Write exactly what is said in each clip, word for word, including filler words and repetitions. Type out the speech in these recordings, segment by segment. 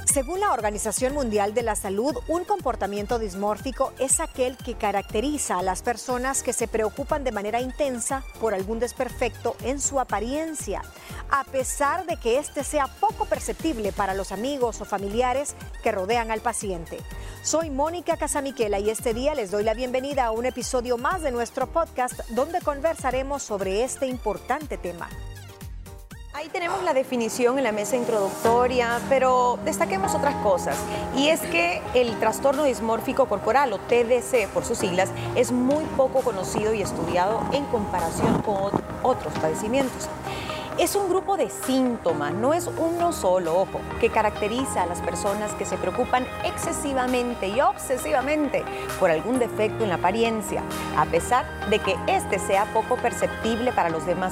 Según la Organización Mundial de la Salud, un comportamiento dismórfico es aquel que caracteriza a las personas que se preocupan de manera intensa por algún desperfecto en su apariencia, a pesar de que este sea poco perceptible para los amigos o familiares que rodean al paciente. Soy Mónica Casamiquela y este día les doy la bienvenida a un episodio más de nuestro podcast donde conversaremos sobre este importante tema. Ahí tenemos la definición en la mesa introductoria, pero destaquemos otras cosas. Y es que el trastorno dismórfico corporal, o T D C por sus siglas, es muy poco conocido y estudiado en comparación con otros padecimientos. Es un grupo de síntomas, no es uno solo, ojo, que caracteriza a las personas que se preocupan excesivamente y obsesivamente por algún defecto en la apariencia, a pesar de que este sea poco perceptible para los demás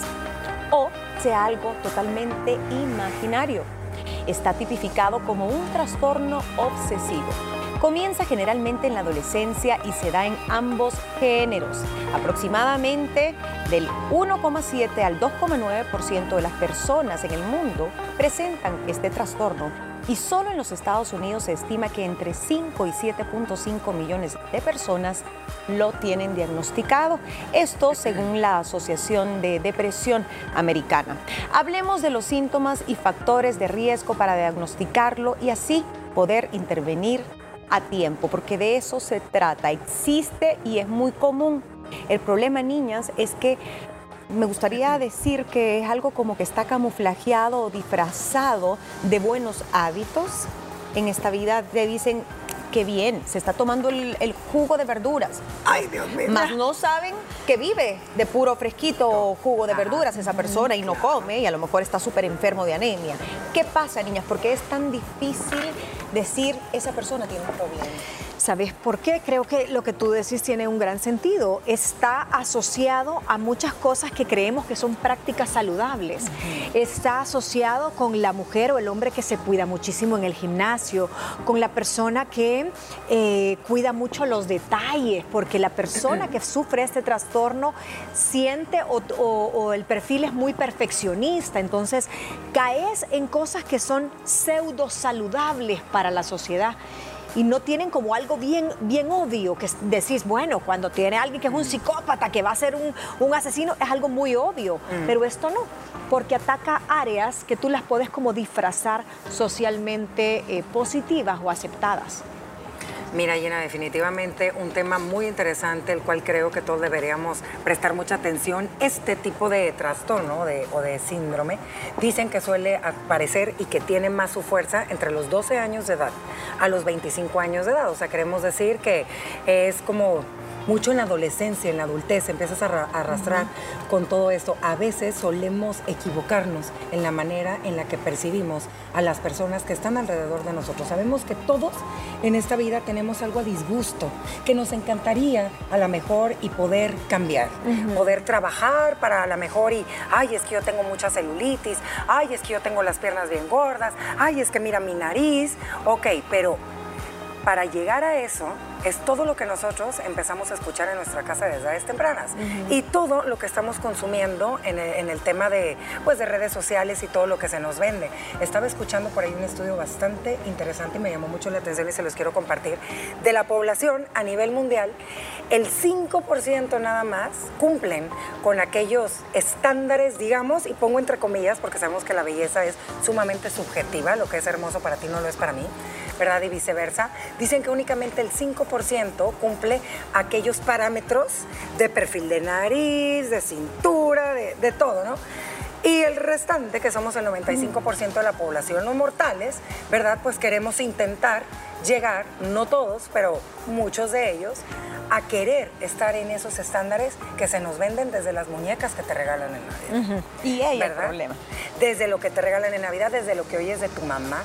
o sea algo totalmente imaginario. Está tipificado como un trastorno obsesivo. Comienza generalmente en la adolescencia y se da en ambos géneros. Aproximadamente del uno coma siete al dos coma nueve por ciento de las personas en el mundo presentan este trastorno y solo en los Estados Unidos se estima que entre cinco y siete punto cinco millones de personas lo tienen diagnosticado. Esto según la Asociación de Depresión Americana. Hablemos de los síntomas y factores de riesgo para diagnosticarlo y así poder intervenir a tiempo, porque de eso se trata. Existe y es muy común. El problema, niñas, es que me gustaría decir que es algo como que está camuflajeado o disfrazado de buenos hábitos. En esta vida te dicen, qué bien, se está tomando el, el jugo de verduras. Ay, Dios mío. Más no saben que vive de puro fresquito jugo de verduras esa persona y no come y a lo mejor está súper enfermo de anemia. ¿Qué pasa, niñas? ¿Por qué es tan difícil decir esa persona tiene un problema? ¿Sabes por qué? Creo que lo que tú decís tiene un gran sentido. Está asociado a muchas cosas que creemos que son prácticas saludables. Uh-huh. Está asociado con la mujer o el hombre que se cuida muchísimo en el gimnasio, con la persona que eh, cuida mucho los detalles, porque la persona que sufre este trastorno siente o, o, o el perfil es muy perfeccionista. Entonces, caes en cosas que son pseudo saludables para la sociedad. Y no tienen como algo bien, bien obvio, que decís, bueno, cuando tiene alguien que es un psicópata, que va a ser un, un asesino, es algo muy obvio. Mm. Pero esto no, porque ataca áreas que tú las puedes como disfrazar socialmente eh, positivas o aceptadas. Mira, Gina, definitivamente un tema muy interesante, el cual creo que todos deberíamos prestar mucha atención. Este tipo de trastorno de, o de síndrome, dicen que suele aparecer y que tiene más su fuerza entre los doce años de edad a los veinticinco años de edad. O sea, queremos decir que es como mucho en la adolescencia, en la adultez, empiezas a arrastrar uh-huh. con todo esto. A veces solemos equivocarnos en la manera en la que percibimos a las personas que están alrededor de nosotros. Sabemos que todos en esta vida tenemos algo a disgusto, que nos encantaría a lo mejor y poder cambiar, uh-huh. poder trabajar para a lo mejor y, ay, es que yo tengo mucha celulitis, ay, es que yo tengo las piernas bien gordas, ay, es que mira mi nariz, ok, pero para llegar a eso es todo lo que nosotros empezamos a escuchar en nuestra casa desde edades tempranas uh-huh. y todo lo que estamos consumiendo en el, en el tema de, pues, de redes sociales y todo lo que se nos vende. Estaba escuchando por ahí un estudio bastante interesante y me llamó mucho la atención y se los quiero compartir. De la población a nivel mundial, el cinco por ciento nada más cumplen con aquellos estándares, digamos, y pongo entre comillas porque sabemos que la belleza es sumamente subjetiva, lo que es hermoso para ti no lo es para mí, ¿verdad? Y viceversa. Dicen que únicamente el cinco por ciento cumple aquellos parámetros de perfil de nariz, de cintura, de, de todo, ¿no? Y el restante, que somos el noventa y cinco por ciento de la población, los mortales, ¿verdad? Pues queremos intentar llegar, no todos, pero muchos de ellos, a querer estar en esos estándares que se nos venden desde las muñecas que te regalan en Navidad. Uh-huh. Y ahí hay problema. Desde lo que te regalan en Navidad, desde lo que oyes de tu mamá,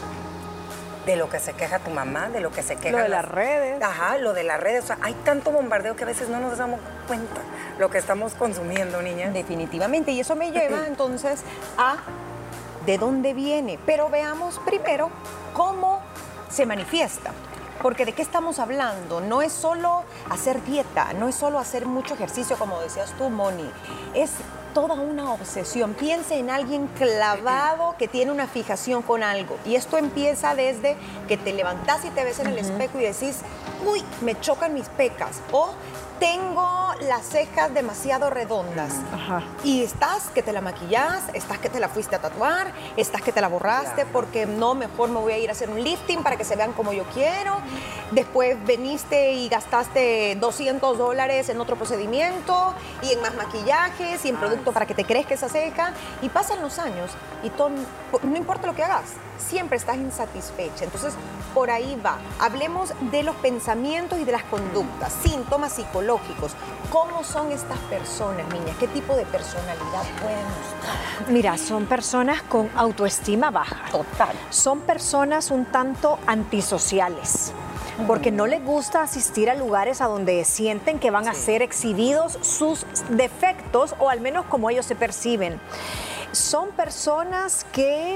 de lo que se queja tu mamá, de lo que se queja... Lo de las, las redes. Ajá, lo de las redes. O sea, hay tanto bombardeo que a veces no nos damos cuenta lo que estamos consumiendo, niña. Definitivamente. Y eso me lleva entonces a de dónde viene. Pero veamos primero cómo se manifiesta. Porque ¿de qué estamos hablando? No es solo hacer dieta, no es solo hacer mucho ejercicio, como decías tú, Moni. Es toda una obsesión. Piense en alguien clavado que tiene una fijación con algo. Y esto empieza desde que te levantás y te ves en el espejo y decís, uy, me chocan mis pecas. O tengo las cejas demasiado redondas. Ajá. Y estás que te la maquillas, estás que te la fuiste a tatuar, estás que te la borraste Claro. porque no, mejor me voy a ir a hacer un lifting para que se vean como yo quiero. Después veniste y gastaste doscientos dólares en otro procedimiento y en más maquillajes y en producto para que te crezca esa ceja. Y pasan los años y todo, no importa lo que hagas, siempre estás insatisfecha. Entonces, por ahí va. Hablemos de los pensamientos y de las conductas, síntomas psicológicos. ¿Cómo son estas personas, niñas? ¿Qué tipo de personalidad pueden mostrar? Mira, son personas con autoestima baja. Total. Son personas un tanto antisociales, porque no les gusta asistir a lugares a donde sienten que van a ser exhibidos sus defectos, o al menos como ellos se perciben. Son personas que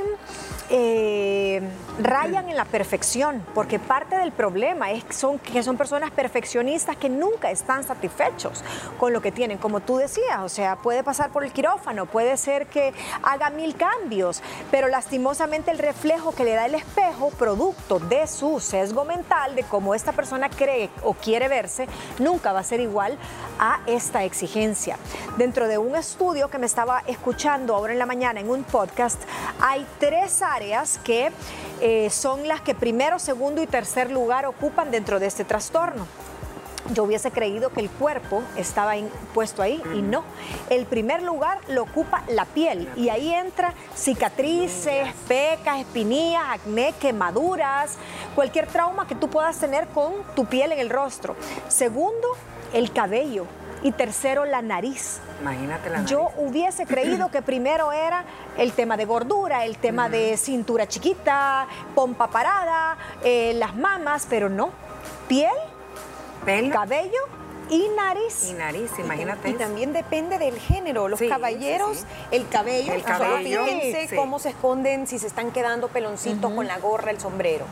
eh, rayan en la perfección, porque parte del problema es que son, que son personas perfeccionistas que nunca están satisfechos con lo que tienen, como tú decías. O sea, puede pasar por el quirófano, puede ser que haga mil cambios, pero lastimosamente el reflejo que le da el espejo, producto de su sesgo mental, de cómo esta persona cree o quiere verse, nunca va a ser igual a esta exigencia. Dentro de un estudio que me estaba escuchando ahora en la mañana en un podcast, hay tres áreas que eh, son las que primero, segundo y tercer lugar ocupan dentro de este trastorno. Yo hubiese creído que el cuerpo estaba in, puesto ahí y no. El primer lugar lo ocupa la piel y ahí entra cicatrices, pecas, espinillas, acné, quemaduras, cualquier trauma que tú puedas tener con tu piel en el rostro. Segundo, el cabello. Y tercero, la nariz. Imagínate la nariz. Yo hubiese creído que primero era el tema de gordura, el tema de cintura chiquita, pompa parada, eh, las mamas, pero no. Piel, Pelo cabello y nariz. y nariz, imagínate. Y también depende del género. Los Sí, caballeros, sí, sí. el cabello, El solo cabello, fíjense sí. cómo se esconden, si se están quedando peloncitos con la gorra, el sombrero.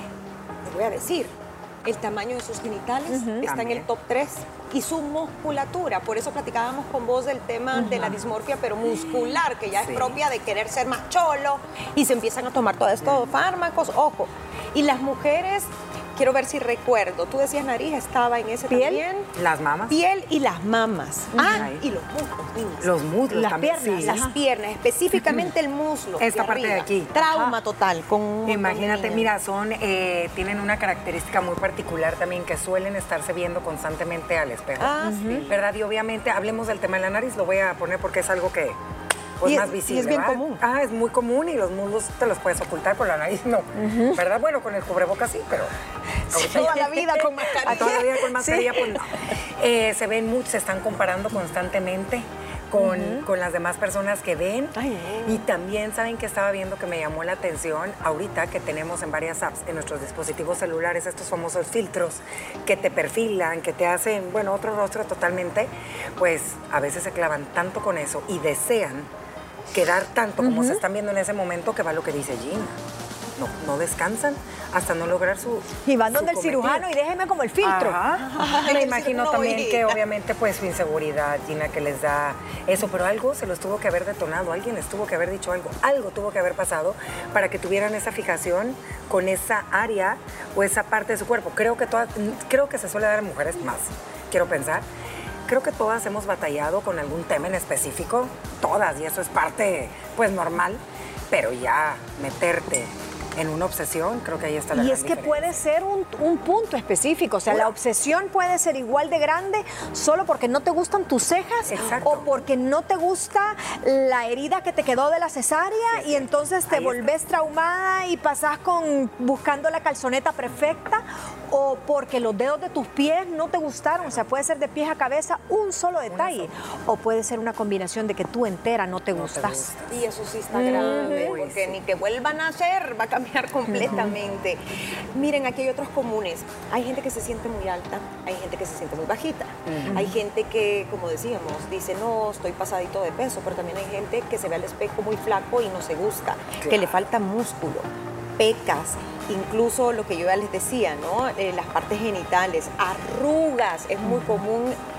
Les voy a decir, el tamaño de sus genitales está en También. el top tres. Y su musculatura, por eso platicábamos con vos del tema de la dismorfia, pero muscular, que ya Sí. es propia de querer ser más cholo, y se empiezan a tomar todos estos fármacos, ojo. Y las mujeres, quiero ver si recuerdo, tú decías nariz, estaba en ese Piel. también. Las mamas. Piel y las mamas. Ah, Ahí. y los muslos, niñas. Los muslos Las también. piernas, sí. Las Ajá. piernas, específicamente el muslo. Esta parte de arriba. aquí. Trauma Ajá. total. Con un montón de Imagínate, niñas. mira, son, eh, tienen una característica muy particular también, que suelen estarse viendo constantemente al espejo. Ah, sí. ¿Verdad? Y obviamente, hablemos del tema de la nariz, lo voy a poner porque es algo que pues, Y es- más y visible. es bien ¿verdad? común. Ah, es muy común y los muslos te los puedes ocultar, por la nariz no. ¿Verdad? Bueno, con el cubrebocas sí, pero... ahorita toda ya- la vida con mascarilla. A toda la vida con mascarilla, Sí. pues no. Eh, se ven mucho, se están comparando constantemente con, con las demás personas que ven. Ay, no. Y también, ¿saben que estaba viendo que me llamó la atención? Ahorita que tenemos en varias apps, en nuestros dispositivos celulares, estos famosos filtros que te perfilan, que te hacen, bueno, otro rostro totalmente, pues a veces se clavan tanto con eso y desean quedar tanto como se están viendo en ese momento, que va lo que dice Gina. No, no descansan hasta no lograr su Y van su donde el cometido. cirujano y déjeme como el filtro. Ajá. Ay, Me que imagino no también voy. que obviamente pues su inseguridad, Gina, que les da eso, pero algo se los tuvo que haber detonado, alguien les tuvo que haber dicho algo, algo tuvo que haber pasado para que tuvieran esa fijación con esa área o esa parte de su cuerpo. Creo que todas, creo que se suele dar en mujeres más, quiero pensar. Creo que todas hemos batallado con algún tema en específico, todas, y eso es parte pues normal, pero ya meterte en una obsesión, creo que ahí está la Y gran es que diferencia. puede ser un, un punto específico, o sea, la obsesión puede ser igual de grande solo porque no te gustan tus cejas Exacto. o porque no te gusta la herida que te quedó de la cesárea Sí, y entonces te ahí volvés traumada y pasás con, buscando la calzoneta perfecta, o porque los dedos de tus pies no te gustaron, o sea, puede ser de pies a cabeza un solo detalle, o puede ser una combinación de que tú entera no te No te gustas. gusta. Y eso sí está grave, Uy, porque sí. ni que vuelvan a hacer, va a cambiar completamente. Miren, aquí hay otros comunes. Hay gente que se siente muy alta, hay gente que se siente muy bajita. Hay gente que, como decíamos, dice, no, estoy pasadito de peso, pero también hay gente que se ve al espejo muy flaco y no se gusta, que Claro. le falta músculo, pecas, incluso lo que yo ya les decía, ¿no? Eh, las partes genitales, arrugas, es muy común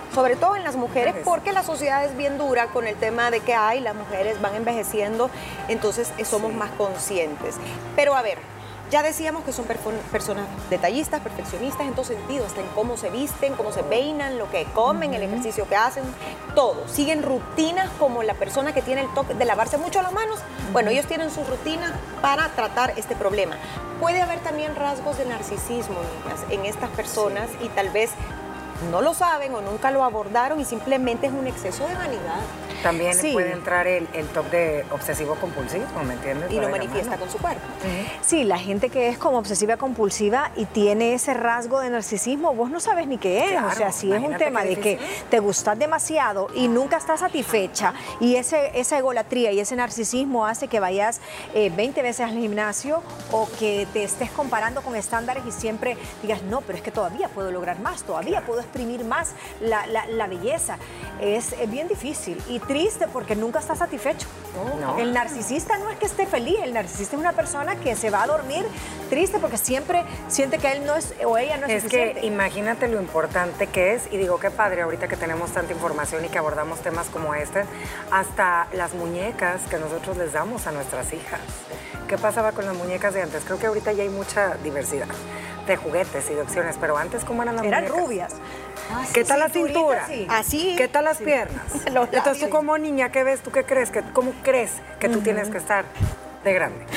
sobre todo en las mujeres, porque la sociedad es bien dura con el tema de que hay, las mujeres van envejeciendo, entonces eh, somos Sí. más conscientes. Pero a ver, ya decíamos que son personas detallistas, perfeccionistas en todo sentido, hasta en cómo se visten, cómo se peinan, lo que comen, el ejercicio que hacen, todo. Siguen rutinas como la persona que tiene el toque de lavarse mucho las manos. Bueno, ellos tienen su rutina para tratar este problema. Puede haber también rasgos de narcisismo, niñas, en estas personas y tal vez no lo saben o nunca lo abordaron y simplemente es un exceso de vanidad. También Sí. puede entrar el, el toque de obsesivo-compulsivo, ¿me entiendes? Y Va lo de la manifiesta mano. con su cuerpo. Sí, la gente que es como obsesiva compulsiva y tiene ese rasgo de narcisismo, vos no sabes ni qué es. Claro, o sea, si es un imagínate tema qué de que difícil. te gustas demasiado y nunca estás satisfecha y ese, esa egolatría y ese narcisismo hace que vayas eh, veinte veces al gimnasio o que te estés comparando con estándares y siempre digas, no, pero es que todavía puedo lograr más, todavía puedo exprimir más la, la- la belleza. Es, es bien difícil y triste porque nunca está satisfecho. No. El narcisista no es que esté feliz, el narcisista es una persona que se va a dormir triste porque siempre siente que él no es o ella no es, Es suficiente. que imagínate lo importante que es, y digo qué padre ahorita que tenemos tanta información y que abordamos temas como este, hasta las muñecas que nosotros les damos a nuestras hijas. ¿Qué pasaba con las muñecas de antes? Creo que ahorita ya hay mucha diversidad de juguetes y de opciones, pero antes, ¿cómo eran las Eran muñecas? rubias. ¿Qué tal la cinturita, cintura? sí. Así. ¿Qué tal las piernas? Los Entonces tú labios. como niña, ¿qué ves? ¿Tú qué crees? ¿Qué- ¿Cómo crees que tú tienes que estar de grande?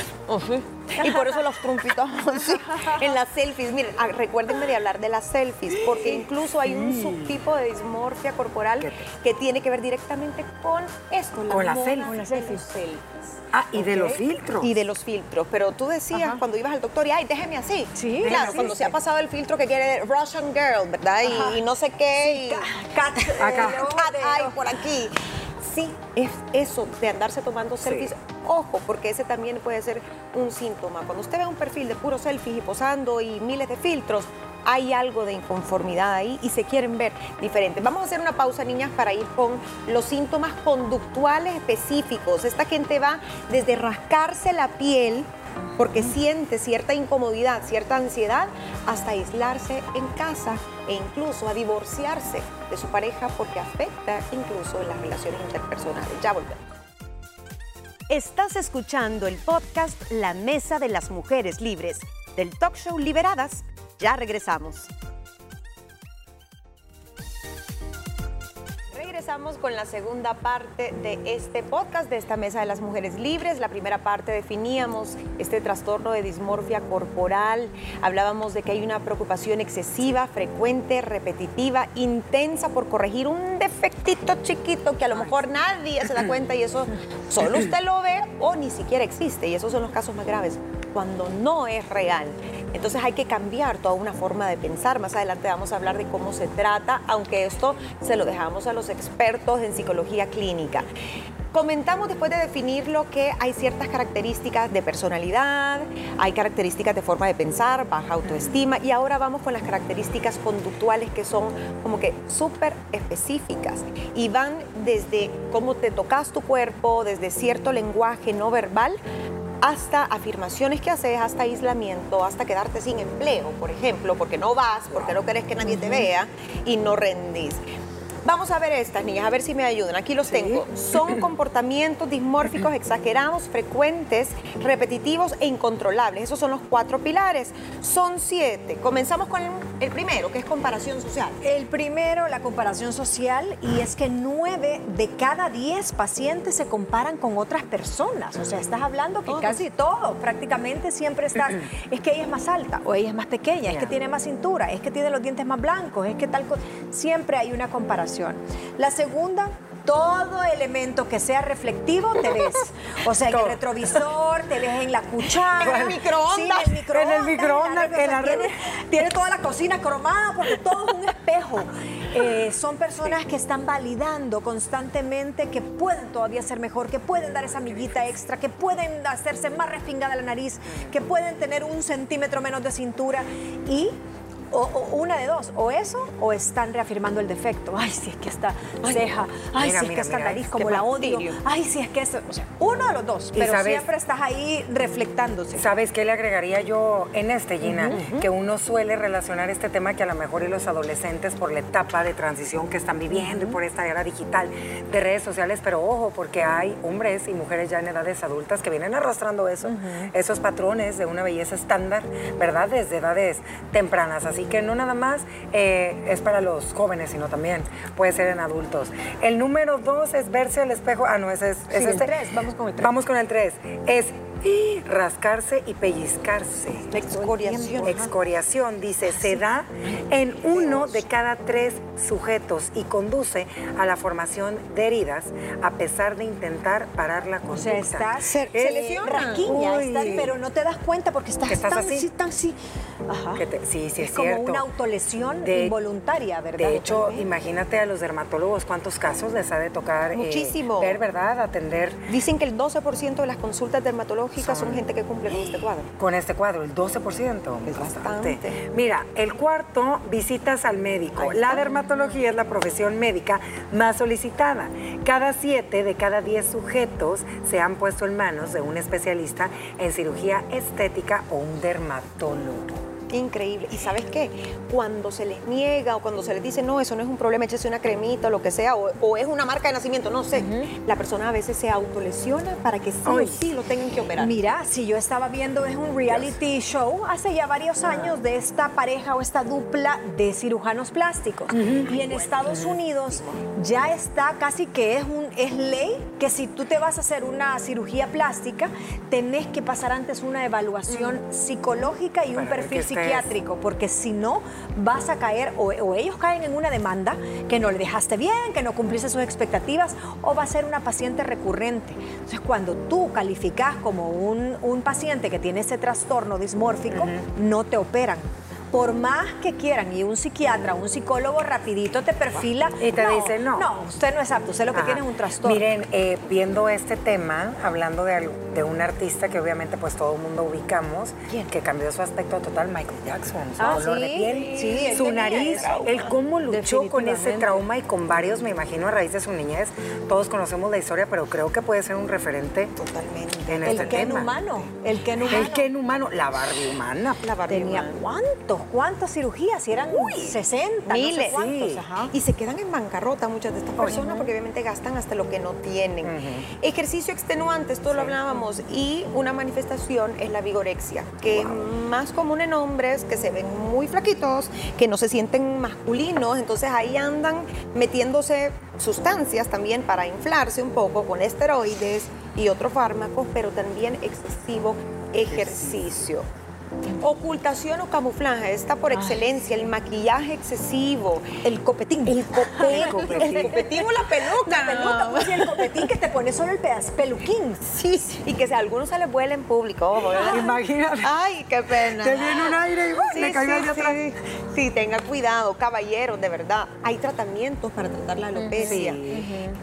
Y por eso los trompitos así, en las selfies. Miren, ah, recuérdenme de hablar de las selfies, porque incluso hay un subtipo de dismorfia corporal ¿Qué? que tiene que ver directamente con esto, Con la moda selfie. de Con la los selfie. selfies. Ah, y de Ok. los filtros. Y de los filtros. Pero tú decías Ajá. cuando ibas al doctor y, ay, déjeme así. Sí, Claro, sí, cuando sí. se ha pasado el filtro que quiere Russian Girl, ¿verdad? Ajá. Y, y no sé qué. y- Cat, eh, Acá. león Cat de- eye por aquí. Sí, es eso de andarse tomando selfies. Ojo, porque ese también puede ser un síntoma. Cuando usted ve un perfil de puros selfies y posando y miles de filtros, hay algo de inconformidad ahí y se quieren ver diferentes. Vamos a hacer una pausa, niñas, para ir con los síntomas conductuales específicos. Esta gente va desde rascarse la piel porque siente cierta incomodidad, cierta ansiedad, hasta aislarse en casa e incluso a divorciarse de su pareja porque afecta incluso las relaciones interpersonales. Ya volvemos. Estás escuchando el podcast La Mesa de las Mujeres Libres, del talk show Liberadas. Ya regresamos. Regresamos con la segunda parte de este podcast, de esta Mesa de las Mujeres Libres. La primera parte definíamos este trastorno de dismorfia corporal. Hablábamos de que hay una preocupación excesiva, frecuente, repetitiva, intensa por corregir un defectito chiquito que a lo mejor nadie se da cuenta y eso solo usted lo ve o ni siquiera existe. Y esos son los casos más graves, cuando no es real. Entonces hay que cambiar toda una forma de pensar. Más adelante vamos a hablar de cómo se trata, aunque esto se lo dejamos a los expertos en psicología clínica. Comentamos después de definirlo que hay ciertas características de personalidad, hay características de forma de pensar, baja autoestima, y ahora vamos con las características conductuales que son como que súper específicas y van desde cómo te tocas tu cuerpo, desde cierto lenguaje no verbal, hasta afirmaciones que haces, hasta aislamiento, hasta quedarte sin empleo, por ejemplo, porque no vas, porque no querés que nadie te vea y no rendís. Vamos a ver estas, niñas, a ver si me ayudan. Aquí los tengo. Son comportamientos dismórficos exagerados, frecuentes, repetitivos e incontrolables. Esos son los cuatro pilares. Son siete. Comenzamos con el, el primero, que es comparación social. El primero, la comparación social, y es que nueve de cada diez pacientes se comparan con otras personas. O sea, estás hablando que Todos. casi todo, prácticamente siempre estás, es que ella es más alta o ella es más pequeña, es que Ya. tiene más cintura, es que tiene los dientes más blancos, es que tal cosa. Siempre hay una comparación. La segunda, todo elemento que sea reflectivo te ves. O sea, en el Todo. retrovisor, te ves en la cuchara. En el microondas. Sí, en el microondas. En el microondas, en la- en la- tiene, tiene toda la cocina cromada porque todo es un espejo. Eh, son personas que están validando constantemente que pueden todavía ser mejor, que pueden dar esa miguita extra, que pueden hacerse más respingada la nariz, que pueden tener un centímetro menos de cintura y O, o una de dos, o eso, o están reafirmando el defecto. Ay, si es que esta ceja, ay, Mira, si es mira, que esta mira, nariz qué como la odio, fastidio. ay, si es que esto, o sea, uno de los dos, Y pero sabes- siempre estás ahí reflectándose. ¿Sabes qué le agregaría yo en este, Gina? Que uno suele relacionar este tema que a lo mejor y los adolescentes por la etapa de transición que están viviendo y por esta era digital de redes sociales, pero ojo, porque hay hombres y mujeres ya en edades adultas que vienen arrastrando eso, esos patrones de una belleza estándar, ¿verdad? Desde edades tempranas. Así que no nada más eh, es para los jóvenes, sino también puede ser en adultos. El número dos es verse al espejo. Ah, no, ese es, es Sí, el este. tres, vamos con el tres. Vamos con el tres. Es ¡ih! Rascarse y pellizcarse. Excoriación. Excoriación, dice, se da en uno de cada tres sujetos y conduce a la formación de heridas a pesar de intentar parar la O conducta. sea, estás Se- eh, se lesiona. rasquiña, Uy. estás- pero no te das cuenta porque estás, Que estás tan así. así, tan así. Ajá. Que te- sí, sí, es, es como cierto. una autolesión De- involuntaria, ¿verdad? De hecho, También. imagínate a los dermatólogos cuántos casos les ha de tocar eh, Muchísimo. ver, ¿verdad? Atender Dicen que el doce por ciento de las consultas dermatológicas son, Son- gente que cumple con este cuadro. con este cuadro, el doce por ciento. Es bastante. Mira, el cuarto, visitas al médico. La dermatología es la profesión médica más solicitada. Cada siete de cada diez sujetos se han puesto en manos de un especialista en cirugía estética o un dermatólogo. Increíble. ¿Y sabes qué? Cuando se les niega o cuando se les dice, no, eso no es un problema, échese una cremita o lo que sea, o, o es una marca de nacimiento, no sé. La persona a veces se autolesiona para que sí Ay. o sí lo tengan que operar. Mira, si yo estaba viendo es un reality show hace ya varios años de esta pareja o esta dupla de cirujanos plásticos. Y en Estados Unidos ya está casi que es un es ley que si tú te vas a hacer una cirugía plástica, tenés que pasar antes una evaluación psicológica y un Para ver perfil que estés- psiquiátrico, porque si no vas a caer o, o ellos caen en una demanda que no le dejaste bien, que no cumpliste sus expectativas, o va a ser una paciente recurrente. Entonces, cuando tú calificas como un, un paciente que tiene ese trastorno dismórfico, no te operan. Por más que quieran, y un psiquiatra, un psicólogo rapidito te perfila. Y te dice, no. No, usted no es apto, usted lo que Ajá. tiene es un trastorno. Miren, eh, viendo este tema, hablando de, algo- de un artista que obviamente pues todo el mundo ubicamos, ¿Quién? que cambió su aspecto total, Michael Jackson, su Ah, color de sí, piel, sí, él su tenía nariz, eso. él cómo luchó con ese Definitivamente. trauma y con varios, me imagino, a raíz de su niñez. Todos conocemos la historia, pero creo que puede ser un referente Totalmente. en el este Ken tema. humano, el Ken humano. El Ken humano, la Barbie humana. La Barbie Tenía humana. cuántos, cuántas cirugías, si eran sesenta, Miles. no sé cuántos. Sí. Ajá. Y se quedan en bancarrota muchas de estas personas porque obviamente gastan hasta lo que no tienen. Ejercicio extenuante, esto lo hablábamos, y una manifestación es la vigorexia, que es más común en hombres que se ven muy flaquitos, que no se sienten masculinos, entonces ahí andan metiéndose sustancias también para inflarse un poco con esteroides y otros fármacos, pero también excesivo ejercicio. Ocultación o camuflaje, está por excelencia, el maquillaje excesivo, El copetín. el copetín, copetín. el copetín o la peluca. La peluca, pues, y el copetín que te pone solo el pedazo, peluquín. Sí, y que si a algunos se les vuela en público. ojo, ¿verdad? Imagínate. Ay, qué pena. Te viene un aire y ¡uh! Sí, le cayó el de sí, atrás. sí. Sí, tenga cuidado, caballeros, de verdad. Hay tratamientos para tratar la alopecia. Sí.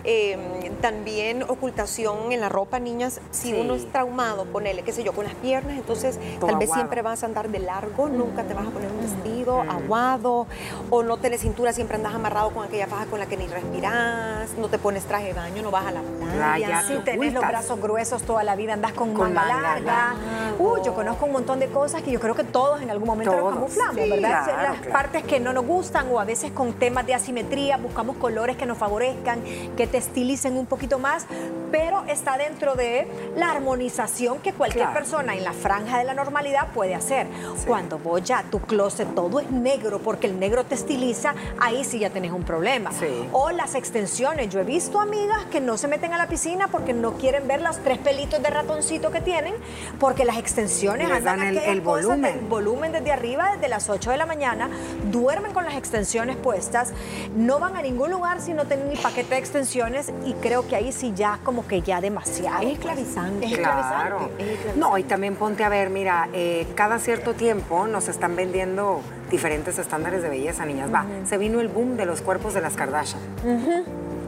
Eh, también ocultación en la ropa, niñas. Si Sí. uno es traumado, ponele, qué sé yo, con las piernas, entonces Todo tal vez aguado. siempre vas a andar de largo, nunca te vas a poner un vestido aguado, o no tenés cintura, siempre andas amarrado con aquella faja con la que ni respiras, no te pones traje de baño, no vas a la playa. Playa, Si te tenés los ocultas. brazos gruesos toda la vida, andás con, Con manga manga larga. Uy, yo conozco un montón de cosas que yo creo que todos en algún momento Todos, nos camuflamos, sí, ¿verdad? claro, Las claro. partes que no nos gustan o a veces con temas de asimetría, buscamos colores que nos favorezcan, que te estilicen un poquito más, pero está dentro de la armonización que cualquier Claro. persona en la franja de la normalidad puede hacer. Cuando vos ya tu closet todo es negro porque el negro te estiliza, ahí sí ya tenés un problema. Sí. O las extensiones. Yo he visto amigas que no se meten a la piscina porque no quieren ver los tres pelitos de ratoncito que tienen, porque las extensiones Les andan dan el- aquellas el cosas volumen. del volumen desde arriba, desde las ocho de la mañana, duermen con las extensiones puestas, no van a ningún lugar si no tienen ni paquete de extensiones, y creo que ahí sí ya como que ya demasiado. Es esclavizante. Es Claro. esclavizante. Es esclavizante. No, y también ponte a ver, mira, eh, cada cierto tiempo nos están vendiendo diferentes estándares de belleza, niñas. Va, se vino el boom de los cuerpos de las Kardashian.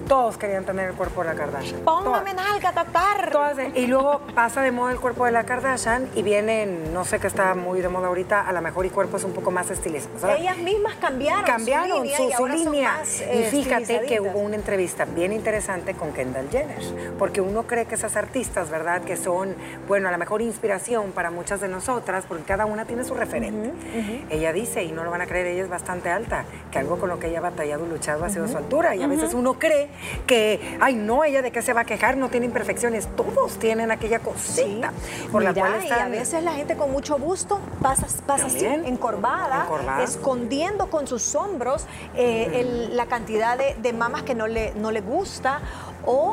todos querían tener el cuerpo de la Kardashian. Póngame nalga, tatar. Todas, y luego pasa de moda el cuerpo de la Kardashian y vienen, no sé qué está muy de moda ahorita, a lo mejor y cuerpos un poco más estilizados. ¿Sabes? Ellas mismas cambiaron, Cambiaron su línea, su, y su ahora son línea. más, Y eh, fíjate que estilizaditas. hubo una entrevista bien interesante con Kendall Jenner, porque uno cree que esas artistas, ¿verdad? Que son, bueno, a lo mejor inspiración para muchas de nosotras, porque cada una tiene su referente. Uh-huh, uh-huh. Ella dice, y no lo van a creer, ella es bastante alta, que algo con lo que ella ha batallado y luchado ha sido uh-huh. su altura. Y a veces uh-huh. uno cree que, ay, no, ella de qué se va a quejar, no tiene imperfecciones. Todos tienen aquella cosita sí. por Mira, la cual están... y a veces la gente con mucho busto pasa, pasa así, encorvada, encorvada, escondiendo con sus hombros eh, uh-huh. el, la cantidad de, de mamas que no le, no le gusta, o...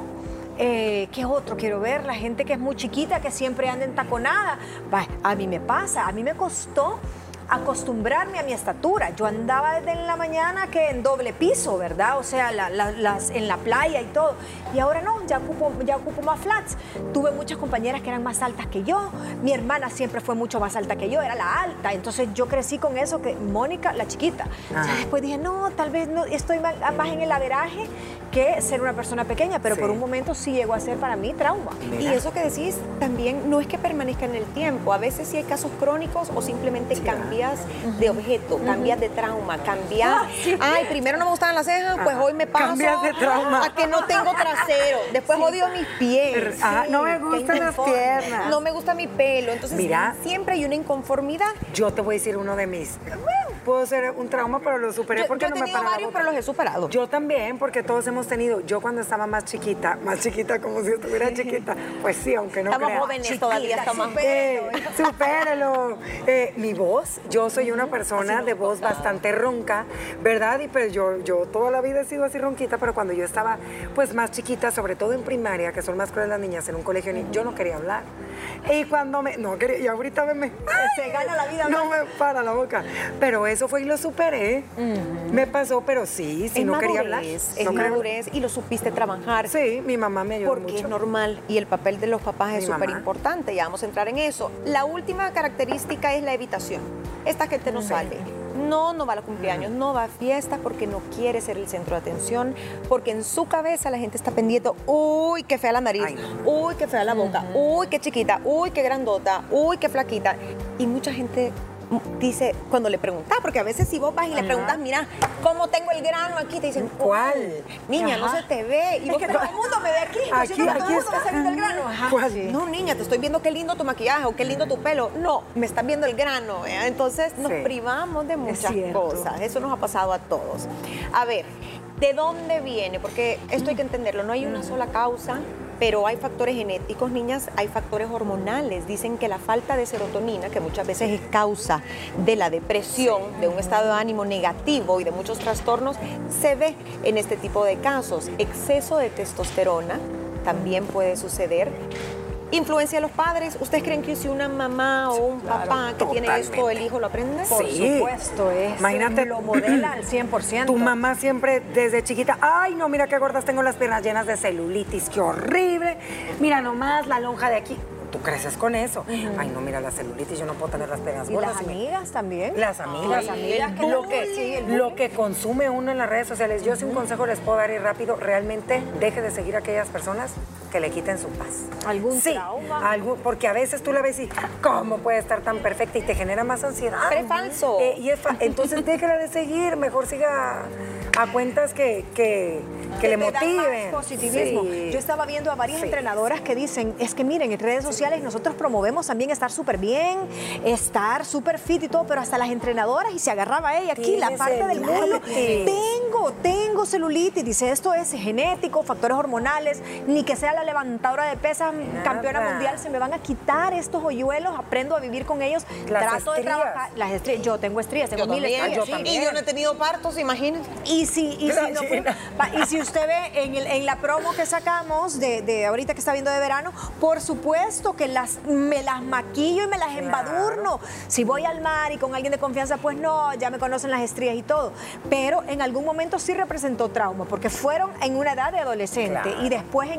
Eh, ¿Qué otro quiero ver? La gente que es muy chiquita, que siempre anda entaconada. Bah, a mí me pasa, a mí me costó acostumbrarme a mi estatura. Yo andaba desde la mañana que en doble piso, ¿verdad? O sea, la, la, las, en la playa y todo. Y ahora no, ya ocupo, ya ocupo más flats. Tuve muchas compañeras que eran más altas que yo. Mi hermana siempre fue mucho más alta que yo, era la alta. Entonces yo crecí con eso, que Mónica, la chiquita. Ah. Ya después dije, no, tal vez no estoy más, más en el averaje que ser una persona pequeña, pero sí. por un momento sí llegó a ser para mí trauma. Mira. Y eso que decís también no es que permanezca en el tiempo. A veces sí hay casos crónicos o simplemente sí. cambian Uh-huh. de objeto, uh-huh. cambias de trauma, cambias, ah, sí. ay, primero no me gustaban las cejas, pues ah, hoy me paso cambias de trauma. a que no tengo trasero, después sí. odio mis pies, ah, sí, no me gustan las piernas, no me gusta mi pelo, entonces mira, siempre hay una inconformidad. Yo te voy a decir uno de mis, puedo ser un trauma, pero lo superé yo, porque yo he no tenido me para varios, pero los he superado. Yo también, porque todos hemos tenido, yo cuando estaba más chiquita, más chiquita como si estuviera chiquita, pues sí, aunque no estamos crea. jóvenes chiquita, todavía, estamos eh, supéralo. Eh, mi voz, yo soy una persona de voz bastante ronca, ¿verdad? Y pues yo, yo toda la vida he sido así ronquita, pero cuando yo estaba pues más chiquita, sobre todo en primaria, que son más crueles las niñas en un colegio, yo no quería hablar. Y cuando me, no quería, y ahorita me, me se gana la vida. No me para la boca. Pero eso fue y lo superé. Uh-huh. Me pasó, pero sí, si es no madurez, quería hablar. Es no madurez y lo supiste trabajar. Sí, mi mamá me ayudó porque mucho. Es normal y el papel de los papás mi es súper importante. Ya vamos a entrar en eso. La última característica es la evitación. Esta gente no sí. sale. No, no va a los cumpleaños, no va a fiestas porque no quiere ser el centro de atención, porque en su cabeza la gente está pendiente, uy, qué fea la nariz, Ay, no. uy, qué fea la boca, uh-huh. uy, qué chiquita, uy, qué grandota, uy, qué flaquita. Y mucha gente dice, cuando le preguntas, porque a veces si vos vas y Ajá. le preguntas, mira, ¿cómo tengo el grano aquí? Te dicen, ¿cuál? Niña, Ajá. no se te ve. Y es vos, que todo el mundo me ve aquí, aquí, aquí, aquí todo el mundo me está viendo el grano. Ajá. ¿Cuál? Sí. No, niña, te estoy viendo qué lindo tu maquillaje o qué lindo tu pelo. No, me estás viendo el grano. ¿eh? Entonces nos sí. privamos de muchas cosas. Eso nos ha pasado a todos. A ver, ¿de dónde viene? Porque esto hay que entenderlo, no hay una sola causa. Pero hay factores genéticos, niñas, hay factores hormonales. Dicen que la falta de serotonina, que muchas veces es causa de la depresión, sí. de un estado de ánimo negativo y de muchos trastornos, se ve en este tipo de casos. Exceso de testosterona también puede suceder. Influencia de los padres. ¿Ustedes creen que si una mamá o un claro, papá que totalmente. tiene esto, el hijo lo aprende? Por sí. supuesto, es. Imagínate, lo modela al cien por ciento. Tu mamá siempre desde chiquita, ay, no, mira qué gordas tengo las piernas llenas de celulitis, qué horrible. Mira nomás la lonja de aquí. Tú creces con eso. Uh-huh. Ay, no, mira la celulitis, yo no puedo tener las piernas gordas. ¿Y las amigas me... también? Las amigas. Las amigas que lo, que, sí, lo que consume uno en las redes sociales. Yo, uh-huh. si un consejo les puedo dar y rápido, realmente deje de seguir a aquellas personas que le quiten su paz. ¿Algún sí, trauma? Algún, porque a veces tú la ves y, ¿cómo puede estar tan perfecta? Y te genera más ansiedad. Pero es falso. Eh, y es fa entonces déjela de seguir, mejor siga a cuentas que, que, que, que le motiven. Positivismo. Sí. Yo estaba viendo a varias sí. entrenadoras que dicen, es que miren, en redes sociales sí. nosotros promovemos también estar súper bien, estar súper fit y todo, pero hasta las entrenadoras, y se agarraba ella aquí, la parte del muslo, tengo, tengo celulitis, dice, esto es genético, factores hormonales, ni que sea la levantadora de pesas, Nada. campeona mundial, se me van a quitar estos hoyuelos, aprendo a vivir con ellos, las trato estrías. de trabajar, las estrías, yo tengo estrías, tengo yo mil también, estrías. Yo también. Y yo no he tenido partos, imagínense. Y si, y si, no fue, y si usted ve en, el, en la promo que sacamos de, de ahorita que está viendo de verano, por supuesto que las, me las maquillo y me las claro. embadurno. Si voy al mar y con alguien de confianza, pues no, ya me conocen las estrías y todo. Pero en algún momento sí representó trauma, porque fueron en una edad de adolescente claro. y después en mis embarazos.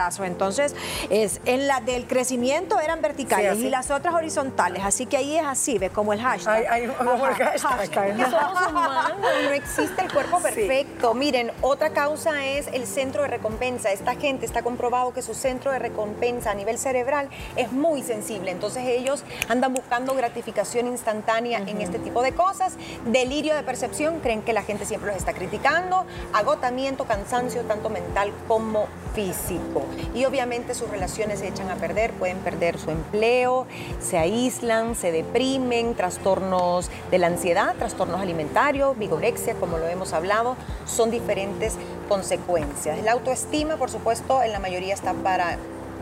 brazos. Entonces, es, en la del crecimiento eran verticales Sí, y las otras horizontales. Así que ahí es así, ve como el hashtag. Hay, hay como el hashtag. hashtag. Que somos humanos, no existe el cuerpo perfecto. Sí. Miren, otra causa es el centro de recompensa. Esta gente está comprobado que su centro de recompensa a nivel cerebral es muy sensible. Entonces ellos andan buscando gratificación instantánea uh-huh. en este tipo de cosas. Delirio de percepción, creen que la gente siempre los está criticando. Agotamiento, cansancio, tanto mental como físico. Y obviamente sus relaciones se echan a perder, pueden perder su empleo, se aíslan, se deprimen, trastornos de la ansiedad, trastornos alimentarios, vigorexia, como lo hemos hablado, son diferentes consecuencias. La autoestima, por supuesto, en la mayoría está para,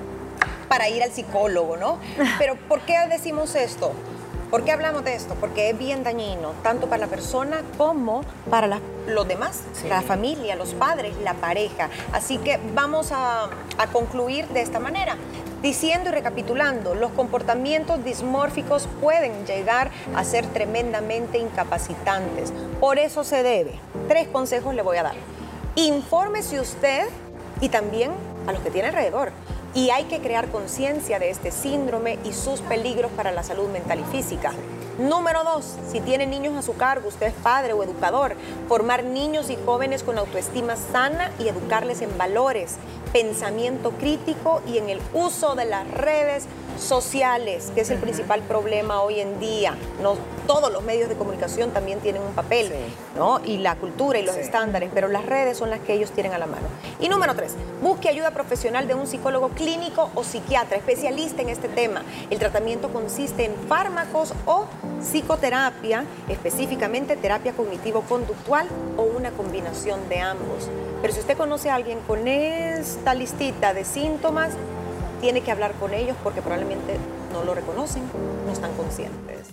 para ir al psicólogo, ¿no? Pero ¿por qué decimos esto? ¿Por qué hablamos de esto? Porque es bien dañino, tanto para la persona como para la, los demás, sí. la familia, los padres, la pareja. Así que vamos a, a concluir de esta manera. Diciendo y recapitulando, los comportamientos dismórficos pueden llegar a ser tremendamente incapacitantes. Por eso se debe. Tres consejos le voy a dar. Infórmese usted y también a los que tiene alrededor. Y hay que crear conciencia de este síndrome y sus peligros para la salud mental y física. Número dos, si tiene niños a su cargo, usted es padre o educador, formar niños y jóvenes con autoestima sana y educarles en valores, pensamiento crítico y en el uso de las redes sociales, que es el uh-huh. principal problema hoy en día. No, todos los medios de comunicación también tienen un papel, sí. ¿no? Y la cultura y los sí. estándares, pero las redes son las que ellos tienen a la mano. Y número tres, busque ayuda profesional de un psicólogo clínico o psiquiatra, especialista en este tema. El tratamiento consiste en fármacos o psicoterapia, específicamente terapia cognitivo-conductual o una combinación de ambos. Pero si usted conoce a alguien con esta listita de síntomas, tiene que hablar con ellos porque probablemente no lo reconocen, no están conscientes.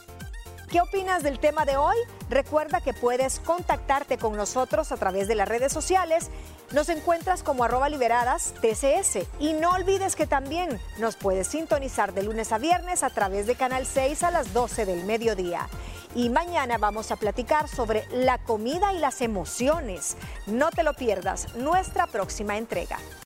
¿Qué opinas del tema de hoy? Recuerda que puedes contactarte con nosotros a través de las redes sociales. Nos encuentras como arroba liberadas T C S. Y no olvides que también nos puedes sintonizar de lunes a viernes a través de Canal seis a las doce del mediodía. Y mañana vamos a platicar sobre la comida y las emociones. No te lo pierdas, nuestra próxima entrega.